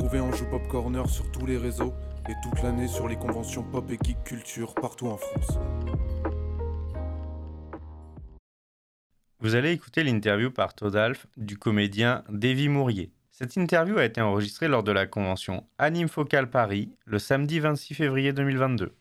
Retrouvez Anjou Pop Corner sur tous les réseaux et toute l'année sur les conventions pop et geek culture partout en France. Vous allez écouter l'interview par Todalf du comédien Davy Mourier. Cette interview a été enregistrée lors de la convention Anime Focal Paris le samedi 26 février 2022.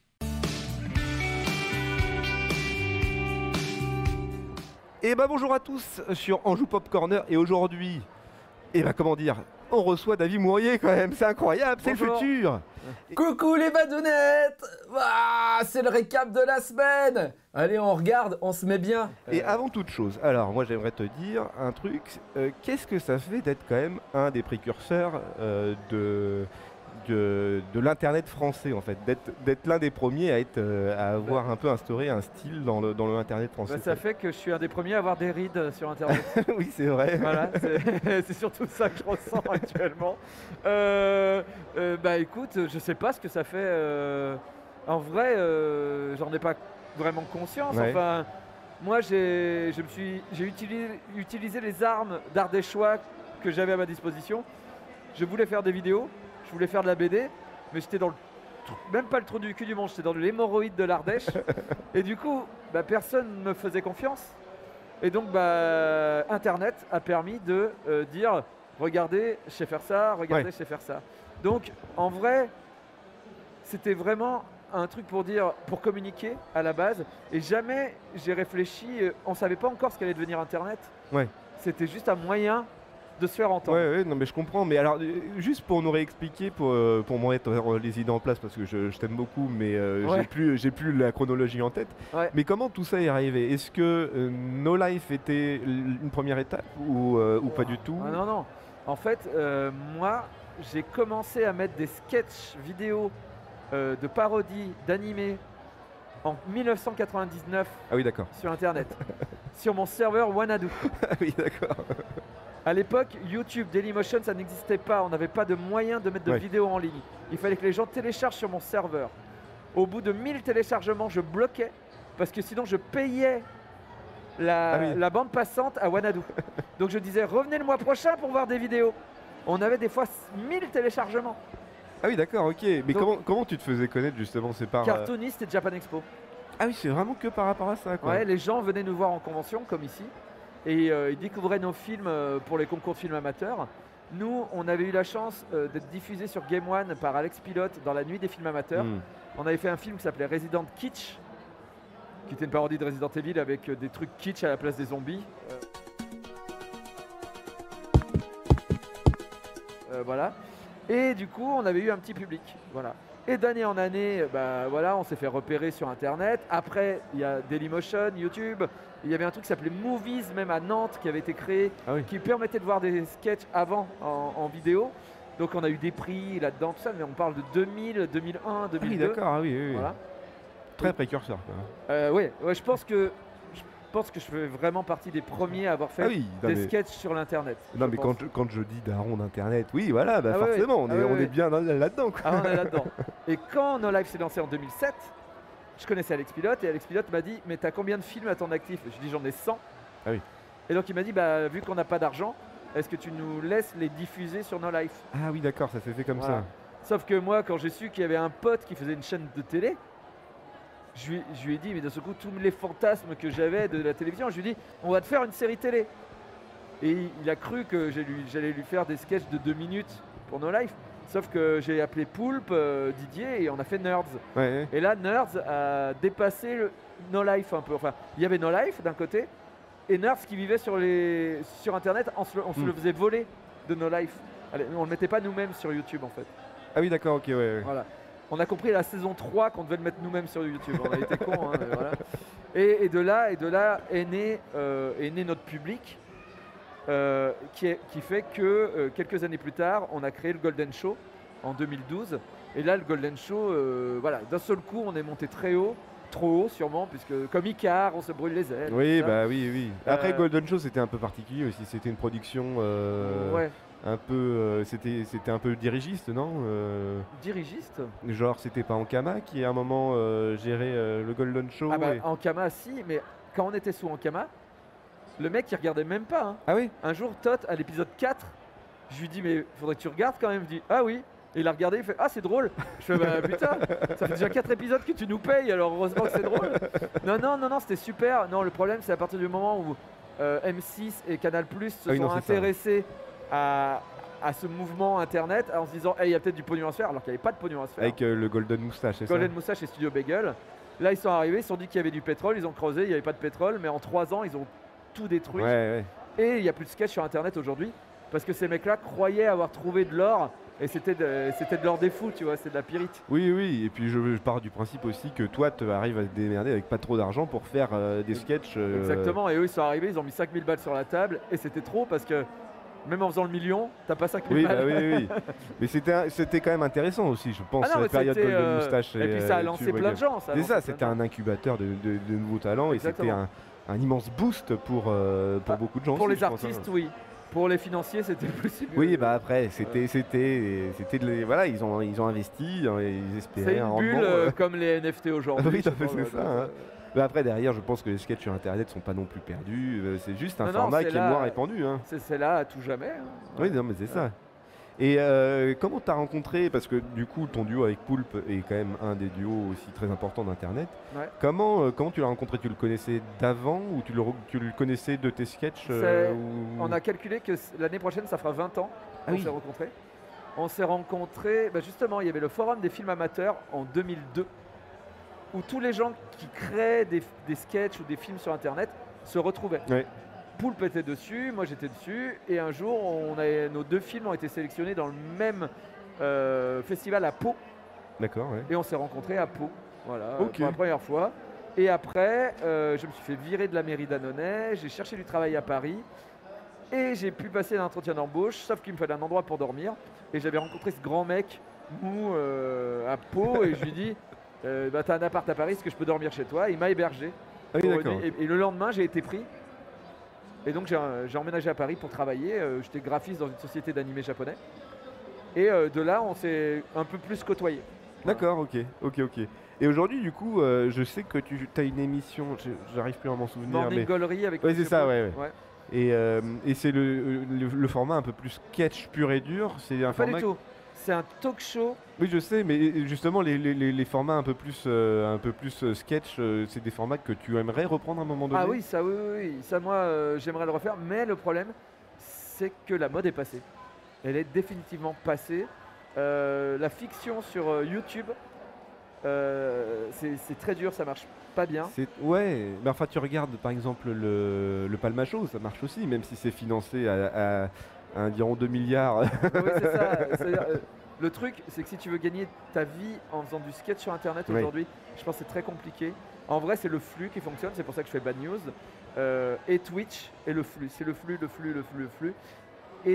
Et bonjour à tous sur Anjou Pop Corner et aujourd'hui, on reçoit Davy Mourier quand même, c'est incroyable, c'est le Bonjour. futur. Coucou les badounettes. C'est le récap de la semaine. Allez, on regarde, on se met bien. Et avant toute chose, alors moi j'aimerais te dire un truc, qu'est-ce que ça fait d'être quand même un des précurseurs de l'internet français en fait, d'être l'un des premiers à avoir un peu instauré un style dans le internet français. Ça fait que je suis un des premiers à avoir des rides sur internet. Oui, c'est vrai. Voilà, c'est surtout ça que je ressens actuellement. Écoute, je sais pas ce que ça fait. En vrai, j'en ai pas vraiment conscience. Ouais. Enfin, moi j'ai utilisé les armes d'Ardéchois que j'avais à ma disposition. Je voulais faire des vidéos, je voulais faire de la BD, mais j'étais dans même pas le trou du cul du monde, j'étais dans l'hémorroïde de l'Ardèche. Et du coup, personne ne me faisait confiance. Et donc, Internet a permis de dire, regardez, je sais faire ça, regardez, Ouais. je sais faire ça. Donc, en vrai, c'était vraiment un truc pour communiquer à la base. Et jamais j'ai réfléchi, on savait pas encore ce qu'allait devenir Internet. Ouais. C'était juste un moyen de se faire entendre. Ouais, non mais je comprends, mais alors juste pour nous réexpliquer, pour me mettre les idées en place parce que je t'aime beaucoup, mais Ouais. j'ai plus la chronologie en tête. Ouais. Mais comment tout ça est arrivé? Est-ce que No Life était une première étape ou pas du tout? Ah non. En fait, moi, j'ai commencé à mettre des sketchs vidéo de parodies, d'animés en 1999 Ah oui, d'accord. sur Internet, sur mon serveur Wanadu. Ah oui, d'accord. À l'époque, YouTube, Dailymotion, ça n'existait pas. On n'avait pas de moyen de mettre de Ouais. vidéos en ligne. Il fallait que les gens téléchargent sur mon serveur. Au bout de 1000 téléchargements, je bloquais parce que sinon je payais Ah oui. la bande passante à Wanadu. Donc je disais, revenez le mois prochain pour voir des vidéos. On avait des fois 1000 téléchargements. Ah oui, d'accord, ok. Mais Donc- comment tu te faisais connaître justement? C'est par. Cartoonist et Japan Expo. Ah oui, c'est vraiment que par rapport à ça, quoi. Ouais, les gens venaient nous voir en convention, comme ici, et ils découvraient nos films pour les concours de films amateurs. Nous, on avait eu la chance d'être diffusés sur Game One par Alex Pilote dans la nuit des films amateurs. Hmm. On avait fait un film qui s'appelait Resident Kitsch, qui était une parodie de Resident Evil avec des trucs kitsch à la place des zombies. Voilà. Et du coup, on avait eu un petit public. Voilà. Et d'année en année, on s'est fait repérer sur Internet. Après, il y a Dailymotion, YouTube. Il y avait un truc qui s'appelait Movies, même à Nantes, qui avait été créé, Ah oui. qui permettait de voir des sketchs avant en vidéo. Donc on a eu des prix là-dedans, tout ça, mais on parle de 2000, 2001, Ah oui, 2002. d'accord, ah oui, oui. Voilà. Très précurseur, quoi. Ouais, je pense que je fais vraiment partie des premiers à avoir fait Ah oui, non, des mais- sketchs sur l'internet. Non je mais pense. quand je dis daron d'internet, oui voilà, Ah ouais, forcément, on ouais, est bien là-dedans, quoi. Ah, on est là-dedans. Et quand No Life s'est lancé en 2007, je connaissais Alex Pilote et Alex Pilote m'a dit, mais t'as combien de films à ton actif? Je dis, j'en ai 100. Ah oui. Et donc il m'a dit, vu qu'on n'a pas d'argent, est-ce que tu nous laisses les diffuser sur No Life? Ah oui, d'accord, ça s'est fait comme Voilà. Sauf que moi, quand j'ai su qu'il y avait un pote qui faisait une chaîne de télé, je lui ai dit, mais de ce coup, tous les fantasmes que j'avais de la télévision, je lui ai dit, on va te faire une série télé. Et il a cru que j'allais lui faire des sketchs de 2 minutes pour No Life. Sauf que j'ai appelé Poulpe, Didier, et on a fait Nerds. ça. Ouais. Et là, Nerds a dépassé No Life un peu. Enfin, il y avait No Life d'un côté, et Nerds qui vivait sur Internet, on se le faisait voler de No Life. Allez, on le mettait pas nous-mêmes sur YouTube en fait. Ah oui, d'accord, ok, ouais. Voilà. On a compris à la saison 3 qu'on devait le mettre nous-mêmes sur YouTube. On a été cons. Hein, mais voilà. Et de là est né notre public qui fait que quelques années plus tard, on a créé le Golden Show en 2012. Et là, le Golden Show, d'un seul coup, on est monté très haut. Trop haut sûrement, puisque comme Icar, on se brûle les ailes. Oui, tout ça. oui. Après Euh, Golden Show, c'était un peu particulier aussi, c'était une production Ouais. un peu c'était un peu dirigiste, non Dirigiste. Genre c'était pas Ankama qui à un moment gérait le Golden Show et- Ankama, si, mais quand on était sous Ankama, le mec il regardait même pas. Hein. Ah oui. Un jour, Tot, à l'épisode 4, Je lui dis mais faudrait que tu regardes quand même. Je dis ah oui. Et il a regardé, il fait ah c'est drôle. Je fais bah putain, ça fait déjà 4 épisodes que tu nous payes, alors heureusement que c'est drôle. Non, c'était super. Non, le problème c'est à partir du moment où M6 et Canal+ se sont intéressés à ce mouvement internet en se disant hey, il y a peut-être du pognon à se faire alors qu'il n'y avait pas de pognon à se faire. Avec le Golden Moustache, c'est ça? Golden Moustache et Studio Bagel. Là ils sont arrivés, ils se sont dit qu'il y avait du pétrole, ils ont creusé, il n'y avait pas de pétrole, mais en 3 ans ils ont tout détruit. Ouais. Et il n'y a plus de sketch sur internet aujourd'hui parce que ces mecs-là croyaient avoir trouvé de l'or. Et c'était de l'or des fous, tu vois, c'est de la pyrite. Oui, et puis je pars du principe aussi que toi, tu arrives à te démerder avec pas trop d'argent pour faire des sketchs. Exactement, et eux ils sont arrivés, ils ont mis 5000 balles sur la table, et c'était trop parce que même en faisant le million, t'as pas 5000 balles. Oui. Mais c'était quand même intéressant aussi, je pense, la période Golden Moustache. Et puis ça a lancé plein de gens. C'est ça, c'était un incubateur de nouveaux talents. Exactement. Et c'était un immense boost pour beaucoup de gens. Pour aussi, les artistes, oui. Pour les financiers, c'était possible. Oui, bah après, voilà, ils ont investi, ils espéraient un rendement. C'est une bulle comme les NFT aujourd'hui. Oui, c'est ça. Hein. Mais après, derrière, je pense que les sketchs sur Internet sont pas non plus perdus. C'est juste un format qui est moins répandu. Hein. C'est là à tout jamais. Hein. Oui, non, mais c'est ça. Et comment tu as rencontré, parce que du coup ton duo avec Poulpe est quand même un des duos aussi très importants d'Internet, comment tu l'as rencontré? Tu le connaissais d'avant ou tu le connaissais de tes sketchs On a calculé que l'année prochaine ça fera 20 ans qu'on s'est rencontrés. On s'est rencontrés, justement il y avait le forum des films amateurs en 2002 où tous les gens qui créent des sketchs ou des films sur Internet se retrouvaient. Ouais. Poulpe était dessus, moi j'étais dessus, et un jour nos 2 films ont été sélectionnés dans le même festival à Pau. D'accord, ouais. Et on s'est rencontrés à Pau, voilà, pour la première fois. Et après, je me suis fait virer de la mairie d'Annonay, j'ai cherché du travail à Paris, et j'ai pu passer l'entretien d'embauche, sauf qu'il me fallait un endroit pour dormir. Et j'avais rencontré ce grand mec mou à Pau, et je lui dis, t'as un appart à Paris, est-ce que je peux dormir chez toi? Il m'a hébergé. Ah oui, d'accord. Et le lendemain, j'ai été pris. Et donc j'ai emménagé à Paris pour travailler, j'étais graphiste dans une société d'animé japonais. Et de là, on s'est un peu plus côtoyé. D'accord, ok. Et aujourd'hui, du coup, je sais que tu as une émission, j'arrive plus à m'en souvenir. Morning Gallery avec c'est ça, ouais. Et c'est le format un peu plus sketch pur et dur. C'est un format. Pas du tout. C'est un talk show. Oui, je sais, mais justement, les formats un peu plus sketch, c'est des formats que tu aimerais reprendre à un moment donné? Ah oui, ça, moi, j'aimerais le refaire. Mais le problème, c'est que la mode est passée. Elle est définitivement passée. La fiction sur YouTube, c'est très dur, ça marche pas bien. Ouais, mais enfin, tu regardes par exemple le Palma Show, ça marche aussi, même si c'est financé à environ 2 milliards. Oui, c'est ça. Le truc, c'est que si tu veux gagner ta vie en faisant du sketch sur Internet aujourd'hui, je pense que c'est très compliqué. En vrai, c'est le flux qui fonctionne, c'est pour ça que je fais Bad News. Et Twitch et le flux. C'est le flux. Et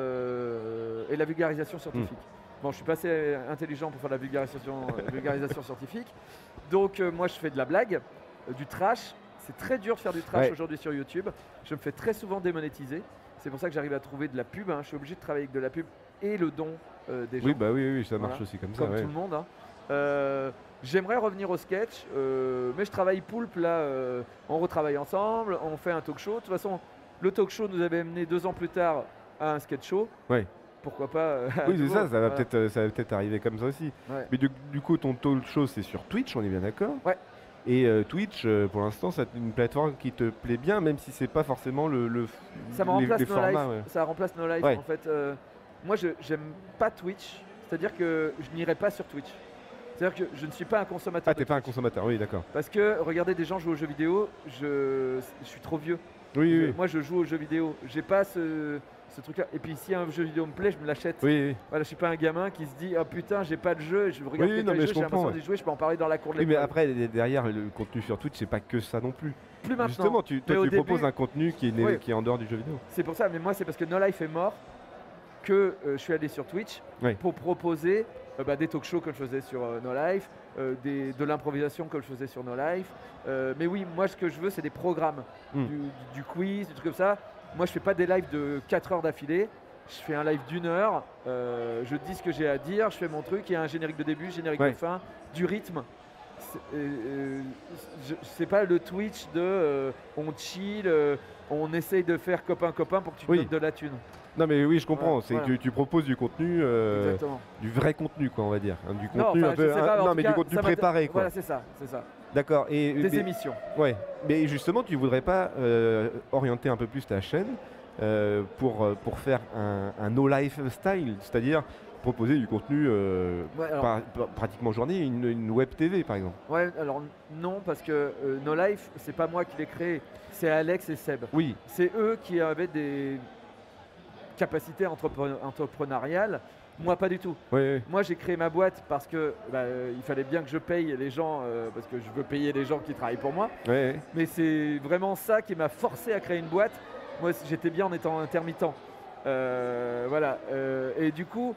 la vulgarisation scientifique. Bon, je suis pas assez intelligent pour faire la vulgarisation scientifique. Donc, moi, je fais de la blague, du trash. C'est très dur de faire du trash aujourd'hui sur YouTube. Je me fais très souvent démonétiser. C'est pour ça que j'arrive à trouver de la pub. Je suis obligé de travailler avec de la pub et le don des gens. Oui, ça marche aussi comme ça. Comme tout le monde. J'aimerais revenir au sketch, mais je travaille Poulpe là. On retravaille ensemble, on fait un talk show. De toute façon, le talk show nous avait amené 2 ans plus tard à un sketch show. Ouais. Pourquoi pas Oui, c'est ça, ça va peut-être arriver comme ça aussi. Ouais. Mais du coup, ton talk show, c'est sur Twitch, on est bien d'accord? Ouais. Et Twitch, pour l'instant, c'est une plateforme qui te plaît bien, même si c'est pas forcément ça me remplace les formats. Ouais. Ça remplace nos lives. En fait, moi, j'aime pas Twitch. C'est-à-dire que je n'irai pas sur Twitch. C'est-à-dire que je ne suis pas un consommateur. Ah, t'es pas un consommateur, oui, d'accord. Parce que regarder des gens jouer aux jeux vidéo, je suis trop vieux. Oui. Moi, je joue aux jeux vidéo. J'ai pas ce truc-là. Et puis, si un jeu vidéo me plaît, je me l'achète. Oui. Voilà, je suis pas un gamin qui se dit oh putain, j'ai pas de jeu, je regarde jeu, j'ai l'impression d'y jouer, je peux en parler dans la cour de l'école. Oui, mais après, derrière, le contenu sur Twitch, c'est pas que ça non plus. Plus maintenant. Justement, tu proposes un contenu qui est en dehors du jeu vidéo. C'est pour ça, mais moi, c'est parce que No Life est mort que je suis allé sur Twitch pour proposer des talk shows comme je faisais sur No Life, de l'improvisation comme je faisais sur No Life. Mais oui, moi, ce que je veux, c'est des programmes, du quiz, du truc comme ça. Moi, je fais pas des lives de 4 heures d'affilée. Je fais un live d'1 heure, je dis ce que j'ai à dire, je fais mon truc, il y a un générique de début, générique de fin, du rythme. c'est pas le Twitch de on chill, on essaye de faire copain-copain pour que tu te Oui. donnes de la thune. Non mais oui, je comprends. Ouais, C'est voilà. que tu proposes du contenu, Exactement. du vrai contenu, quoi, on va dire. Hein, du Non, contenu enfin, un peu, je sais pas, en non tout mais cas, du contenu ça préparé, quoi. Voilà, c'est ça. D'accord. Et Des mais- émissions. Ouais. Mais justement, tu voudrais pas orienter un peu plus ta chaîne pour faire un no lifestyle, c'est-à-dire proposer du contenu Ouais, alors, pratiquement journée, une web TV par exemple. ouais, alors non, parce que No Life, c'est pas moi qui l'ai créé, c'est Alex et Seb. Oui. C'est eux qui avaient des capacités entrepreneuriales, moi pas du tout. Ouais. Moi j'ai créé ma boîte parce que il fallait bien que je paye les gens, parce que je veux payer les gens qui travaillent pour moi. Ouais. Mais c'est vraiment ça qui m'a forcé à créer une boîte. Moi j'étais bien en étant intermittent. Voilà. Et du coup,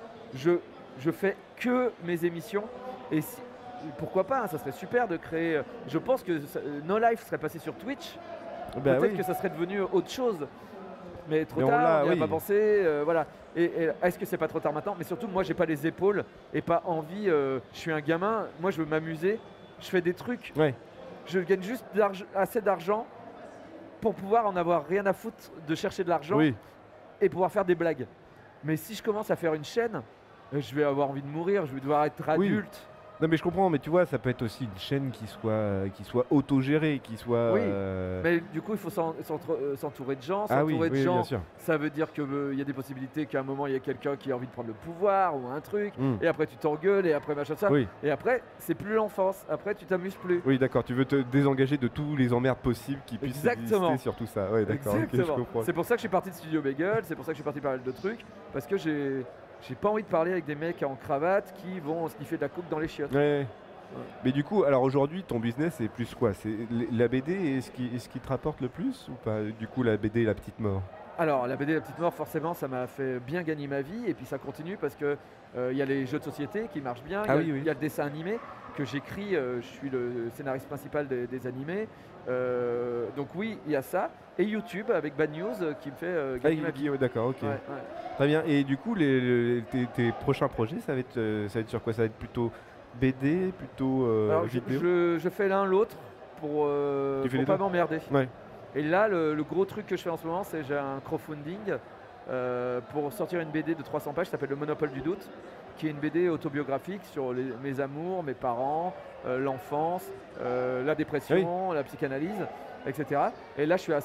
je fais que mes émissions. Et pourquoi pas, hein, ça serait super de créer. Je pense que No Life serait passé sur Twitch. Bah Peut-être oui. que ça serait devenu autre chose. Mais trop Mais on tard, l'a, on n'y a oui. pas pensé. Voilà. Et est-ce que c'est pas trop tard maintenant? Mais surtout, moi, j'ai pas les épaules et pas envie. Je suis un gamin. Moi, je veux m'amuser. Je fais des trucs. Ouais. Je gagne juste assez d'argent pour pouvoir en avoir rien à foutre de chercher de l'argent Oui. et pouvoir faire des blagues. Mais si je commence à faire une chaîne, je vais avoir envie de mourir. Je vais devoir être Oui. adulte. Non mais je comprends, mais tu vois, ça peut être aussi une chaîne qui soit autogérée, qui soit. Oui, Mais du coup, il faut s'entourer de gens. Ah oui, S'entourer de oui, gens, bien sûr. ça veut dire qu'il y a des possibilités qu'à un moment, il y a quelqu'un qui a envie de prendre le pouvoir ou un truc. Mm. Et après, tu t'engueules. Et après, machin, ça. Oui. Et après, c'est plus l'enfance. Après, tu t'amuses plus. Oui, d'accord. Tu veux te désengager de tous les emmerdes possibles qui puissent Exactement. exister sur tout ça. Ouais, d'accord. Ok, je Exactement. comprends. C'est pour ça que je suis parti de Studio Bagel. C'est pour ça que je suis parti parler de trucs. Parce que j'ai pas envie de parler avec des mecs en cravate qui vont sniffer de la coke dans les chiottes. Ouais. Mais du coup, alors aujourd'hui, ton business c'est plus quoi? C'est la BD et ce qui te rapporte le plus ou pas? Du coup, la BD, la petite mort. Alors, la BD La Petite Mort, forcément, ça m'a fait bien gagner ma vie. Et puis, ça continue parce que il y a les jeux de société qui marchent bien. Ah Il y a- oui, oui. il y a le dessin animé que j'écris. Je suis le scénariste principal des animés. Donc, oui, il y a ça. Et YouTube avec Bad News qui me fait gagner ma vie. Ouais, d'accord, ok. Ouais, ouais. Très bien. Et du coup, tes prochains projets, ça va être sur quoi? Ça va être plutôt BD, plutôt Alors, vidéo? je fais l'un l'autre pour Tu fais les pas deux m'emmerder. Ouais. Et là, le gros truc que je fais en ce moment, c'est j'ai un crowdfunding pour sortir une BD de 300 pages qui s'appelle Le Monopole du doute, qui est une BD autobiographique sur mes amours, mes parents, l'enfance, la dépression, la psychanalyse, etc. Et là, je suis à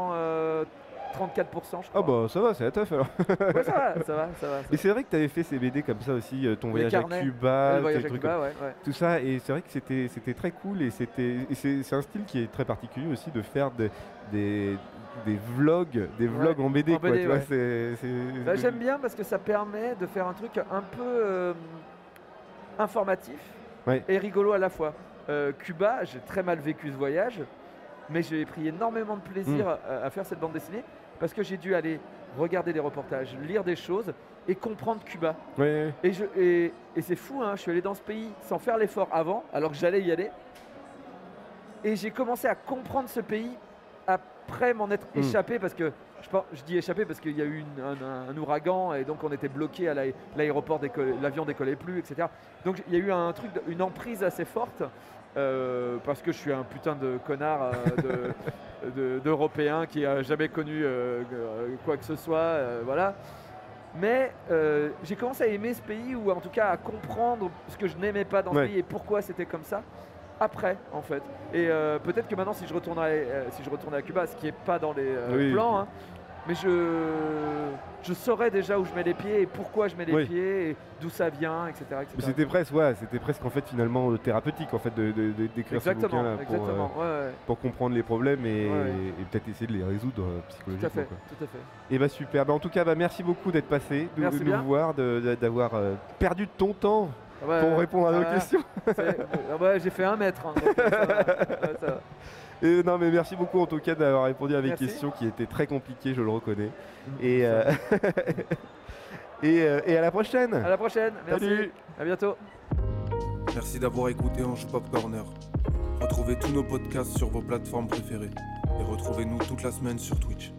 534%, je crois. Ah bah ça va, c'est la teuf alors. Ouais, ça va. Et c'est vrai que tu avais fait ces BD comme ça aussi, ton Les voyage carnets. à Cuba, Le voyage tes à trucs Cuba, ouais. tout ça, et c'est vrai que c'était très cool et c'est un style qui est très particulier aussi de faire des vlogs en BD, en quoi, BD, tu vois, ouais. Bah, j'aime bien parce que ça permet de faire un truc un peu informatif Ouais. et rigolo à la fois. Cuba, j'ai très mal vécu ce voyage, mais j'ai pris énormément de plaisir à faire cette bande dessinée parce que j'ai dû aller regarder des reportages, lire des choses et comprendre Cuba. Ouais. Et c'est fou, hein, je suis allé dans ce pays sans faire l'effort avant, alors que j'allais y aller. Et j'ai commencé à comprendre ce pays après m'en être échappé, parce que je dis échappé parce qu'il y a eu un ouragan et donc on était bloqué à l'aéroport, l'avion décollait plus, etc. Donc il y a eu un truc, une emprise assez forte. Parce que je suis un putain de connard d'Européen qui a jamais connu quoi que ce soit, voilà. Mais j'ai commencé à aimer ce pays, ou en tout cas à comprendre ce que je n'aimais pas dans ce pays et pourquoi c'était comme ça après, en fait. Et peut-être que maintenant, si je retourne à Cuba, ce qui n'est pas dans les plans, hein, mais je saurais déjà où je mets les pieds et pourquoi je mets les pieds et d'où ça vient, etc. Mais c'était presque en fait finalement thérapeutique en fait d'écrire ce bouquin-là pour comprendre les problèmes et peut-être essayer de les résoudre psychologiquement. Tout à fait. Et bah super. Bah, en tout cas, merci beaucoup d'être passé, de nous voir, d'avoir perdu de ton temps pour répondre à nos questions. J'ai fait 1 mètre. Hein, donc, ça va. Et non mais merci beaucoup en tout cas d'avoir répondu à mes questions qui étaient très compliquées, je le reconnais. Et à la prochaine. À la prochaine, merci. Salut. À bientôt. Merci d'avoir écouté Anjou Pop Corner. Retrouvez tous nos podcasts sur vos plateformes préférées et retrouvez-nous toute la semaine sur Twitch.